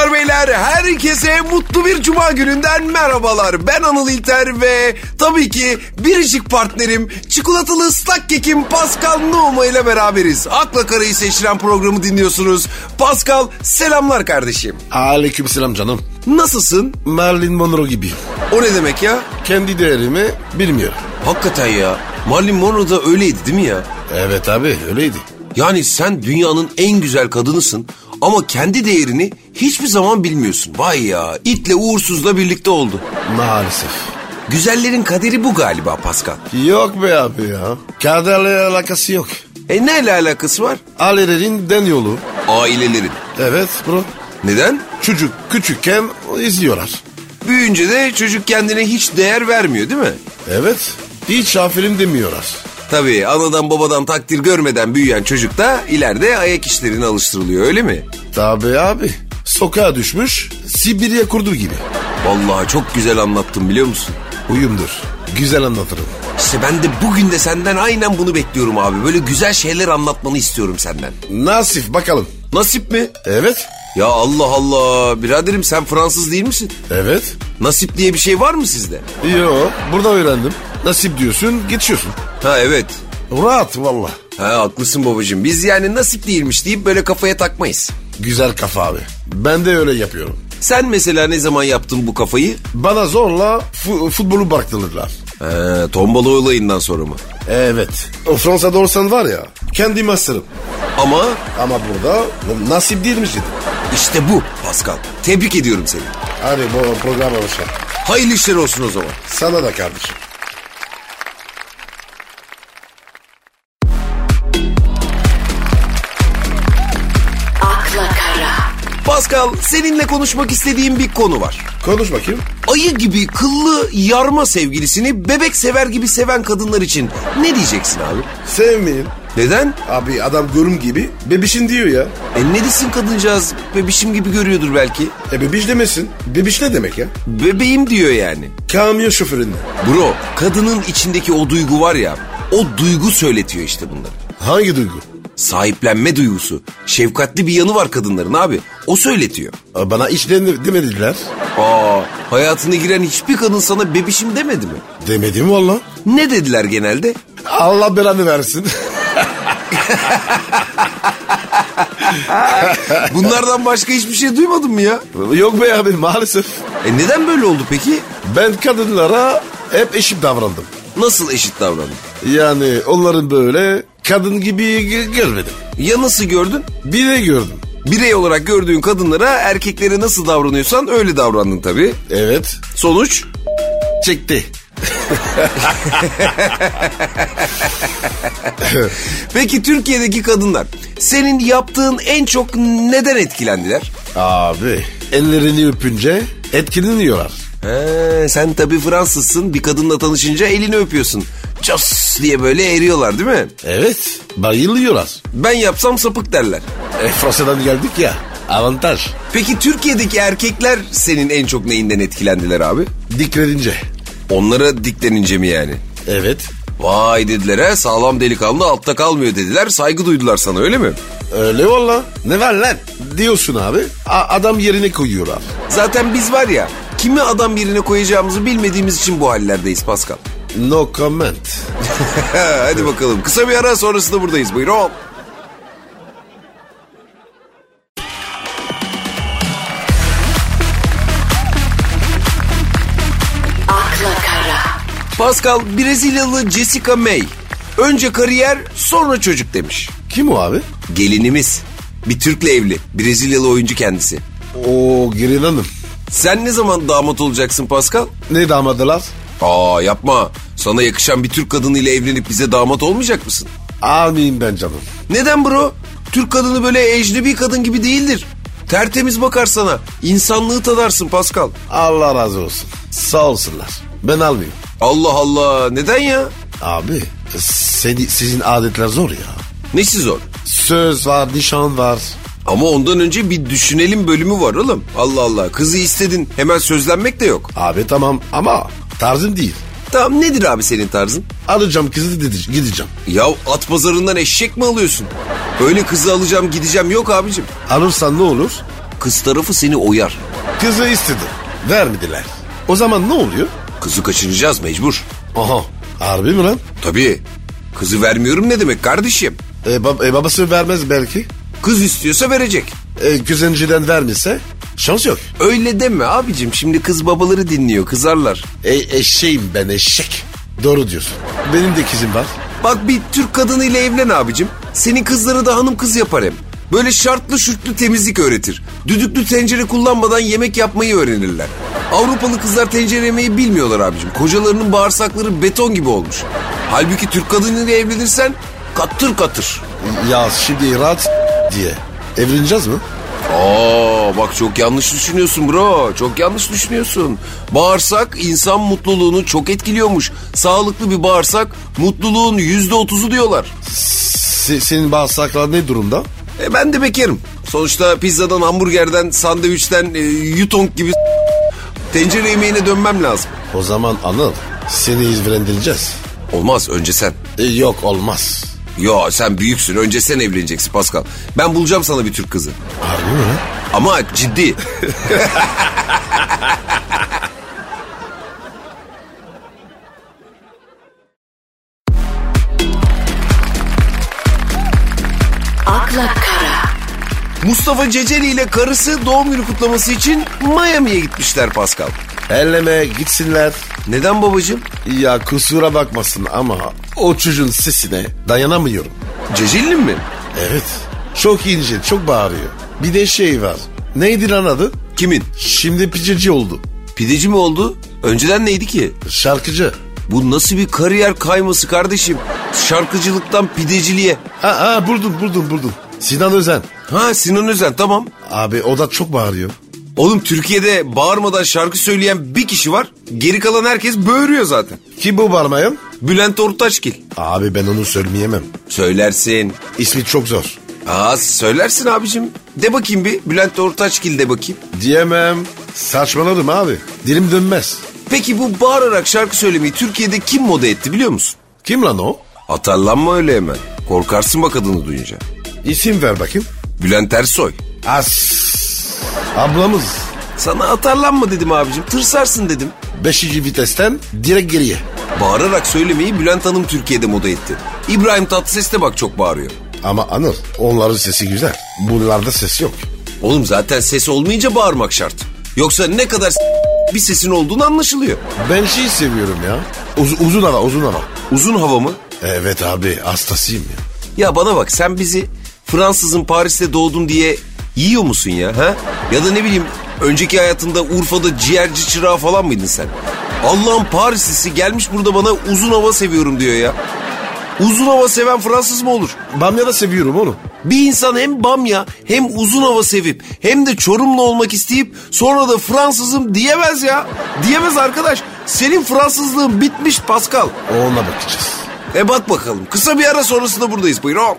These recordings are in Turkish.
Hanımlar beyler, herkese mutlu bir cuma gününden merhabalar. Ben Anıl İlter ve tabii ki biricik partnerim, çikolatalı ıslak kekim Pascal Numa ile beraberiz. Akla Karayı Seçilen programı dinliyorsunuz. Pascal, selamlar kardeşim. Aleykümselam canım. Nasılsın? Marilyn Monroe gibiyim. O ne demek ya? Kendi değerimi bilmiyorum. Hakikaten ya. Marilyn Monroe da öyleydi değil mi ya? Evet abi, öyleydi. Yani sen dünyanın en güzel kadınısın ama kendi değerini hiçbir zaman bilmiyorsun. Vay ya, itle uğursuzla birlikte oldu. Maalesef. Güzellerin kaderi bu galiba Pascal. Yok be abi ya. Kaderle alakası yok. Neyle alakası var? Ailelerin den yolu. Ailelerin. Evet bro. Neden? Çocuk küçükken izliyorlar. Büyüyünce de çocuk kendine hiç değer vermiyor değil mi? Evet. Hiç aferin demiyorlar. Tabii anadan babadan takdir görmeden büyüyen çocuk da ileride ayak işlerine alıştırılıyor, öyle mi? Tabii abi. Sokağa düşmüş, Sibirya kurdu gibi. Vallahi çok güzel anlattın, biliyor musun? Uyumdur. Güzel anlatırım. İşte ben de bugün de senden aynen bunu bekliyorum abi. Böyle güzel şeyler anlatmanı istiyorum senden. Nasip bakalım. Nasip mi? Evet. Ya Allah Allah. Biraderim, sen Fransız değil misin? Evet. Nasip diye bir şey var mı sizde? Yo, burada öğrendim. Nasip diyorsun, geçiyorsun. Ha evet. Rahat valla. Ha haklısın babacığım. Biz yani nasip değilmiş deyip böyle kafaya takmayız. Güzel kafa abi. Ben de öyle yapıyorum. Sen mesela ne zaman yaptın bu kafayı? Bana zorla futbolu bıraktırdılar. Tombala olayından sonra mı? Evet. O Fransa'da olsan var ya, kendimi asırım. Ama burada nasip değilmiş dedim. işte bu Pascal. Tebrik ediyorum seni. Hadi bu programa başla. Hayırlı işler olsun o zaman. Sana da kardeşim. Pascal, seninle konuşmak istediğim bir konu var. Konuş bakayım. Ayı gibi kıllı yarma sevgilisini bebek sever gibi seven kadınlar için ne diyeceksin abi? Sevmeyin. Neden? Abi adam görüm gibi bebişin diyor ya. Ne desin kadıncağız? Bebişim gibi görüyordur belki. Bebiş demesin. Bebiş ne demek ya? Bebeğim diyor yani. Kamyon şoföründe. Bro, kadının içindeki o duygu var ya, o duygu söyletiyor işte bunları. Hangi duygu? Sahiplenme duygusu. Şefkatli bir yanı var kadınların abi. O söyletiyor. Bana hiç demediler. Hayatına giren hiçbir kadın sana bebişim demedi mi? Demedim valla. Ne dediler genelde? Allah belanı versin. Bunlardan başka hiçbir şey duymadın mı ya? Yok be abi, maalesef. Neden böyle oldu peki? Ben kadınlara hep eşit davrandım. Nasıl eşit davrandın? Yani onların böyle kadın gibi görmedim. Ya nasıl gördün? Birey gördüm. Birey olarak gördüğün kadınlara, erkeklere nasıl davranıyorsan öyle davrandın tabii. Evet. Sonuç? Çekti. Peki Türkiye'deki kadınlar senin yaptığın en çok neden etkilendiler? Abi ellerini öpünce etkileniyorlar. Sen tabii Fransızsın, bir kadınla tanışınca elini öpüyorsun. Cos diye böyle eriyorlar değil mi? Evet, bayılıyorlar. Ben yapsam sapık derler. Fransa'dan geldik ya, avantaj. Peki Türkiye'deki erkekler senin en çok neyinden etkilendiler abi? Diklenince. Onlara diklenince mi yani? Evet. Vay dediler, sağlam delikanlı altta kalmıyor dediler, saygı duydular sana, öyle mi? Öyle valla. Ne var lan diyorsun abi, adam yerine koyuyorlar. Zaten biz var ya, kimi adam yerine koyacağımızı bilmediğimiz için bu hallerdeyiz Pascal. No comment. Hadi bakalım, kısa bir ara, sonrasında buradayız, buyurun. Pascal, Brezilyalı Jessica May. Önce kariyer, sonra çocuk demiş. Kim o abi? Gelinimiz. Bir Türk'le evli. Brezilyalı oyuncu kendisi. Oo, gelin hanım. Sen ne zaman damat olacaksın Pascal? Ne damadılar? Yapma. Sana yakışan bir Türk kadınıyla evlenip bize damat olmayacak mısın? Almayayım ben canım. Neden bro? Türk kadını böyle ecnebi kadın gibi değildir. Tertemiz bakar sana. İnsanlığı tadarsın Pascal. Allah razı olsun. Sağ olsunlar. Ben almayayım. Allah Allah. Neden ya? Abi sizin adetler zor ya. Nesi zor? Söz var, nişan var. Ama ondan önce bir düşünelim bölümü var oğlum. Allah Allah. Kızı istedin, hemen sözlenmek de yok. Abi tamam ama tarzım değil. Tamam, nedir abi senin tarzın? Alacağım kızı gideceğim. Ya at pazarından eşek mi alıyorsun? Öyle kızı alacağım gideceğim yok abicim. Alırsan ne olur? kız tarafı seni oyar. Kızı istedi. Vermediler. O zaman ne oluyor? Kızı kaçıracağız mecbur. Aha. Harbi mi lan? Tabii. Kızı vermiyorum ne demek kardeşim? Babası vermez belki. Kız istiyorsa verecek. Kız önceden vermişse şans yok. Öyle deme abicim, şimdi kız babaları dinliyor, kızarlar. Eşeğim ben, eşek. Doğru diyorsun. Benim de kızım var. Bak bir Türk kadınıyla evlen abicim. Senin kızları da hanım kız yapar hem. Böyle şartlı şürtlü temizlik öğretir. Düdüklü tencere kullanmadan yemek yapmayı öğrenirler. Avrupalı kızlar tencere yemeyi bilmiyorlar abicim. Kocalarının bağırsakları beton gibi olmuş. Halbuki Türk kadınıyla evlenirsen katır katır. Ya şimdi rahat diye. Evleneceğiz mi? Bak çok yanlış düşünüyorsun bro. Çok yanlış düşünüyorsun. Bağırsak insan mutluluğunu çok etkiliyormuş. Sağlıklı bir bağırsak mutluluğun %30'u diyorlar. Senin bağırsaklar ne durumda? Ben de bekarım. Sonuçta pizzadan, hamburgerden, sandviçten, yutong gibi tencere yemeğine dönmem lazım. O zaman Anıl seni evlendireceğiz. Olmaz, önce sen. Yok olmaz. Yo sen büyüksün, önce sen evleneceksin Pascal. Ben bulacağım sana bir Türk kızı. Harbi mi lan? Ama ciddi. Akla Kara. Mustafa Ceceli ile karısı doğum günü kutlaması için Miami'ye gitmişler Pascal. Elleme gitsinler. Neden babacığım? Ya kusura bakmasın ama o çocuğun sesine dayanamıyorum. Ceceli'nin mi? Evet. Çok ince, çok bağırıyor. Bir de şey var. Neydi lan adı? Kimin? Şimdi pideci oldu. Pideci mi oldu? Önceden neydi ki? Şarkıcı. Bu nasıl bir kariyer kayması kardeşim? Şarkıcılıktan pideciliğe. Buldum. Sinan Özen. Ha Sinan Özen, tamam. Abi o da çok bağırıyor. Oğlum Türkiye'de bağırmadan şarkı söyleyen bir kişi var. Geri kalan herkes böğürüyor zaten. Kim bu bağırmayan? Bülent Ortaçgil. Abi ben onu söyleyemem. Söylersin. İsmi çok zor. Söylersin abicim. De bakayım bir Bülent Ortaçgil de bakayım. Diyemem. Saçmaladım abi. Dilim dönmez. Peki bu bağırarak şarkı söylemeyi Türkiye'de kim moda etti biliyor musun? Kim lan o? Atarlanma öyle hemen. Korkarsın bak adını duyunca. İsim ver bakayım. Bülent Ersoy. Ablamız. Sana atarlanma dedim abicim. Tırsarsın dedim. 5. vitesten direkt geriye. Bağırarak söylemeyi Bülent Hanım Türkiye'de moda etti. İbrahim Tatlıses de bak çok bağırıyor. Ama Anıl onların sesi güzel. Bunlarda ses yok. Oğlum zaten ses olmayınca bağırmak şart. Yoksa ne kadar bir sesin olduğunu anlaşılıyor. Ben şey seviyorum ya. Uzun hava. Uzun hava mı? Evet abi hastasıyım ya. Ya bana bak, sen bizi Fransızın Paris'te doğdun diye yiyor musun ya? Ha? Ya da ne bileyim, önceki hayatında Urfa'da ciğerci çırağı falan mıydın sen? Allah'ın Parislisi gelmiş burada bana uzun hava seviyorum diyor ya. Uzun hava seven Fransız mı olur? Bamya da seviyorum oğlum. Bir insan hem bamya hem uzun hava sevip hem de Çorumlu olmak isteyip sonra da Fransızım diyemez ya. Diyemez arkadaş. Senin Fransızlığın bitmiş Pascal. Ona bakacağız. Bak bakalım. Kısa bir ara sonrasında buradayız. Buyurun.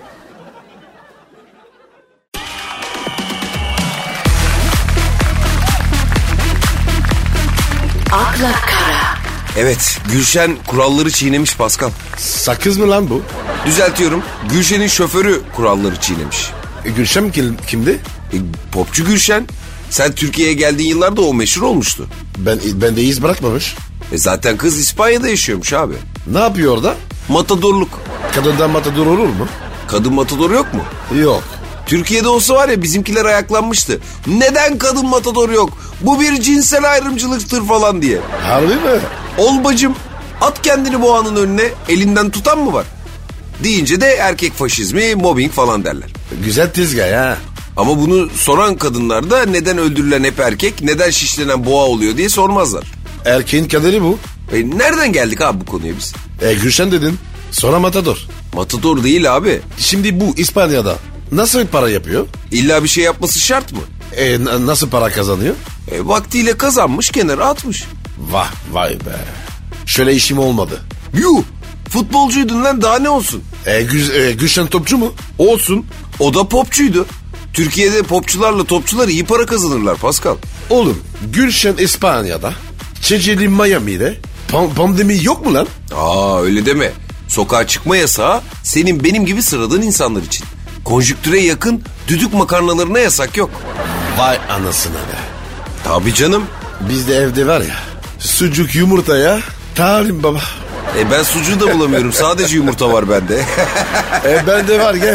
Akla Kara. Evet, Gülşen kuralları çiğnemiş Pascal. Sakız mı lan bu? Düzeltiyorum. Gülşen'in şoförü kuralları çiğnemiş. Gülşen kimdi? Popçu Gülşen. Sen Türkiye'ye geldiğin yıllarda o meşhur olmuştu. Ben de iz bırakmamış. Zaten kız İspanya'da yaşıyormuş abi. Ne yapıyor orada? Matadorluk. Kadından matador olur mu? Kadın matador yok mu? Yok. Türkiye'de olsa var ya bizimkiler ayaklanmıştı. Neden kadın matador yok? Bu bir cinsel ayrımcılıktır falan diye. Harbi mi? Ol bacım, at kendini boğanın önüne, elinden tutan mı var? Deyince de erkek faşizmi, mobbing falan derler. Güzel tezgah ya. Ama bunu soran kadınlar da neden öldürülen hep erkek, neden şişlenen boğa oluyor diye sormazlar. Erkeğin kaderi bu. Nereden geldik abi bu konuya biz? Gülşen dedin. Sonra matador. Matador değil abi. Şimdi bu İspanya'da nasıl para yapıyor? İlla bir şey yapması şart mı? Nasıl para kazanıyor? Vaktiyle kazanmış, kenara atmış. Vay be. Şöyle işim olmadı. Yuh! Futbolcuydun lan, daha ne olsun? Gülşen topçu mu? Olsun. O da popçuydu. Türkiye'de popçularla topçular iyi para kazanırlar Pascal. Oğlum Gülşen İspanya'da, Ceceli Miami'de pandemi yok mu lan? Öyle deme. Sokağa çıkma yasağı senin benim gibi sıradan insanlar için. Konjüktüre yakın düdük makarnalarına yasak yok. Vay anasına be. Tabii canım. Bizde evde var ya, sucuk yumurtaya talim baba. Ben sucuğu da bulamıyorum. Sadece yumurta var bende. Bende var gel.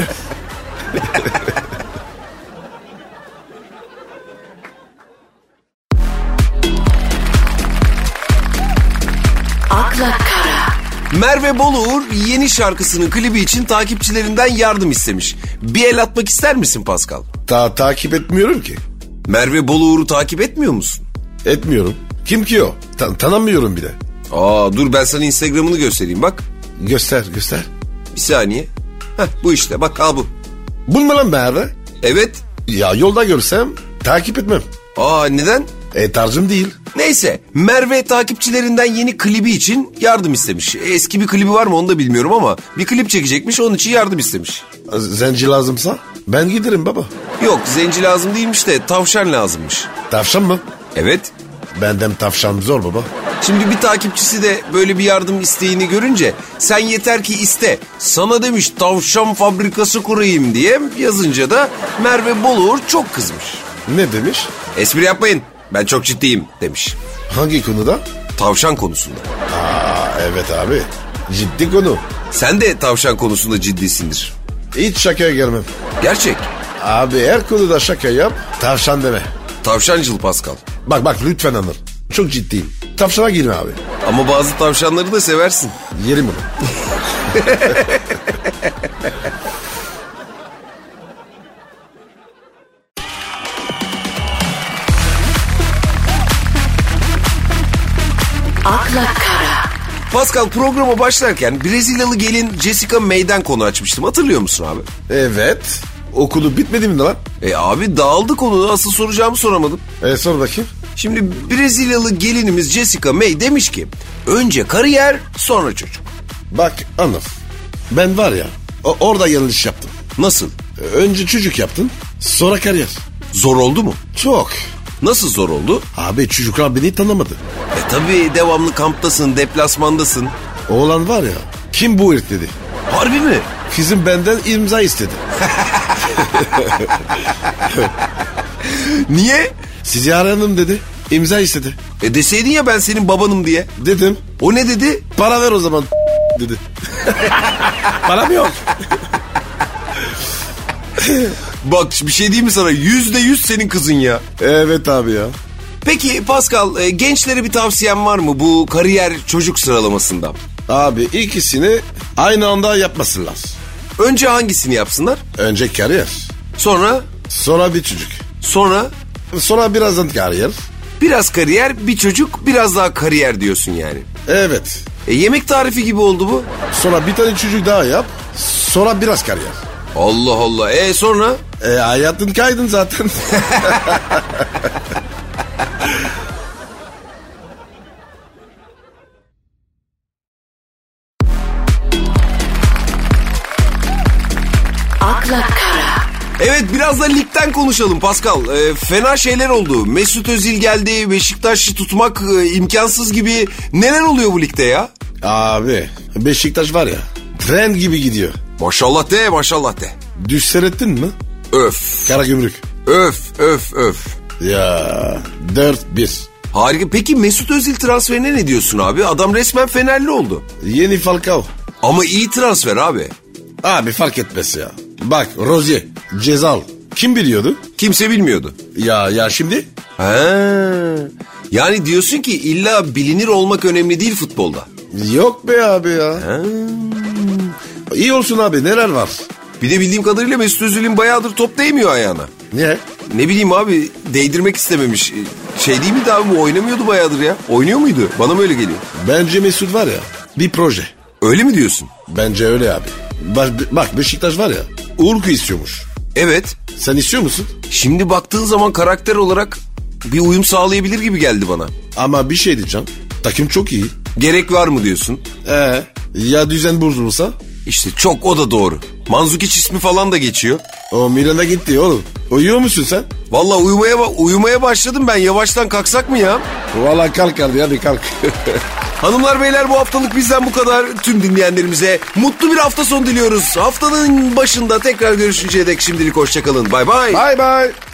akla kara, Merve Boluğur yeni şarkısının klibi için takipçilerinden yardım istemiş. Bir el atmak ister misin Pascal? Takip etmiyorum ki. Merve Boluğur'u takip etmiyor musun? Etmiyorum. Kim ki o? Tanımıyorum bile. Dur ben sana Instagram'ını göstereyim bak. Göster. Bir saniye. Bu işte bak al bu. Bu mu lan Merve? Evet. Ya yolda görsem takip etmem. Neden? Tarzım değil. Neyse Merve takipçilerinden yeni klibi için yardım istemiş. Eski bir klibi var mı onu da bilmiyorum ama bir klip çekecekmiş, onun için yardım istemiş. Zenci lazımsa ben giderim baba. Yok zenci lazım değilmiş de tavşan lazımmış. Tavşan mı? Evet. Benden tavşan zor baba. Şimdi bir takipçisi de böyle bir yardım isteğini görünce sen yeter ki iste, sana demiş tavşan fabrikası kurayım diye yazınca da Merve Boluğur çok kızmış. Ne demiş? Espri yapmayın, ben çok ciddiyim demiş. Hangi konuda? Tavşan konusunda. Evet abi. Ciddi konu. Sen de tavşan konusunda ciddisindir. Hiç şakaya gelmem. Gerçek. Abi her konuda şaka yap, tavşan deme. Tavşancıl Pascal. Bak lütfen anır. Çok ciddiyim. Tavşana girme abi. Ama bazı tavşanları da seversin. Yerim onu. akla kara, Pascal programa başlarken Brezilyalı gelin Jessica May'den konu açmıştım. Hatırlıyor musun abi? Evet. Okulu bitmedi mi lan? Abi dağıldı konu. Asıl soracağımı soramadım. Sor bakayım. Şimdi Brezilyalı gelinimiz Jessica May demiş ki önce kariyer sonra çocuk. Bak anır. Ben var ya orada yanlış yaptım. Nasıl? Önce çocuk yaptın, sonra kariyer. Zor oldu mu? Çok. Nasıl zor oldu? Abi çocuklar beni tanımadı. Tabii devamlı kamptasın, deplasmandasın. Oğlan var ya, kim bu herif dedi. Harbi mi? Kızım benden imza istedi. Niye? Sizi aradım dedi. İmza istedi. Deseydin ya ben senin babanım diye. Dedim. O ne dedi? Para ver o zaman dedi. Param yok. Bak bir şey diyeyim mi sana? %100 senin kızın ya. Evet abi ya. Peki Pascal, gençlere bir tavsiyen var mı bu kariyer çocuk sıralamasında? Abi ikisini aynı anda yapmasınlar. Önce hangisini yapsınlar? Önce kariyer. Sonra? Sonra bir çocuk. Sonra? Sonra birazdan kariyer. Biraz kariyer, bir çocuk, biraz daha kariyer diyorsun yani. Evet. Yemek tarifi gibi oldu bu. Sonra bir tane çocuk daha yap. Sonra biraz kariyer. Allah Allah. Sonra? Hayatın kaydın zaten. akla kara, Evet biraz da ligden konuşalım Pascal. Fena şeyler oldu. Mesut Özil geldi. Beşiktaş'ı tutmak imkansız gibi. Neler oluyor bu ligde ya? Abi Beşiktaş var ya, tren gibi gidiyor. Maşallah de, maşallah de. Düş seyrettin mi? Öf. Karagümrük. Öf. Ya 4-1. Harika. Peki Mesut Özil transferine ne diyorsun abi? Adam resmen Fenerli oldu. Yeni Falcao. Ama iyi transfer abi. Abi fark etmez ya. Bak Rozier, Cezal. Kim biliyordu? Kimse bilmiyordu. Ya şimdi? Yani diyorsun ki illa bilinir olmak önemli değil futbolda. Yok be abi ya. İyi olsun abi, neler var? Bir de bildiğim kadarıyla Mesut Özil'in bayağıdır top değmiyor ayağına. Niye? Ne bileyim abi, değdirmek istememiş. Şey değil miydi abi, bu oynamıyordu bayağıdır ya. Oynuyor muydu? Bana mı öyle geliyor? Bence Mesut var ya, bir proje. Öyle mi diyorsun? Bence öyle abi. Bak Beşiktaş var ya, Urku istiyormuş. Evet. Sen istiyor musun? Şimdi baktığın zaman karakter olarak bir uyum sağlayabilir gibi geldi bana. Ama bir şey diyeceğim. Takım çok iyi. Gerek var mı diyorsun? Ya düzen bozulursa? İşte çok, o da doğru. Mandzukic ismi falan da geçiyor. O Milan'a gitti oğlum. Uyuyor musun sen? Vallahi uyumaya başladım ben. Yavaştan kalksak mı ya? Vallahi kalk hadi kalk. Hanımlar beyler, bu haftalık bizden bu kadar. Tüm dinleyenlerimize mutlu bir hafta sonu diliyoruz. Haftanın başında tekrar görüşünceye dek şimdilik hoşçakalın. Bay bay. Bye bye.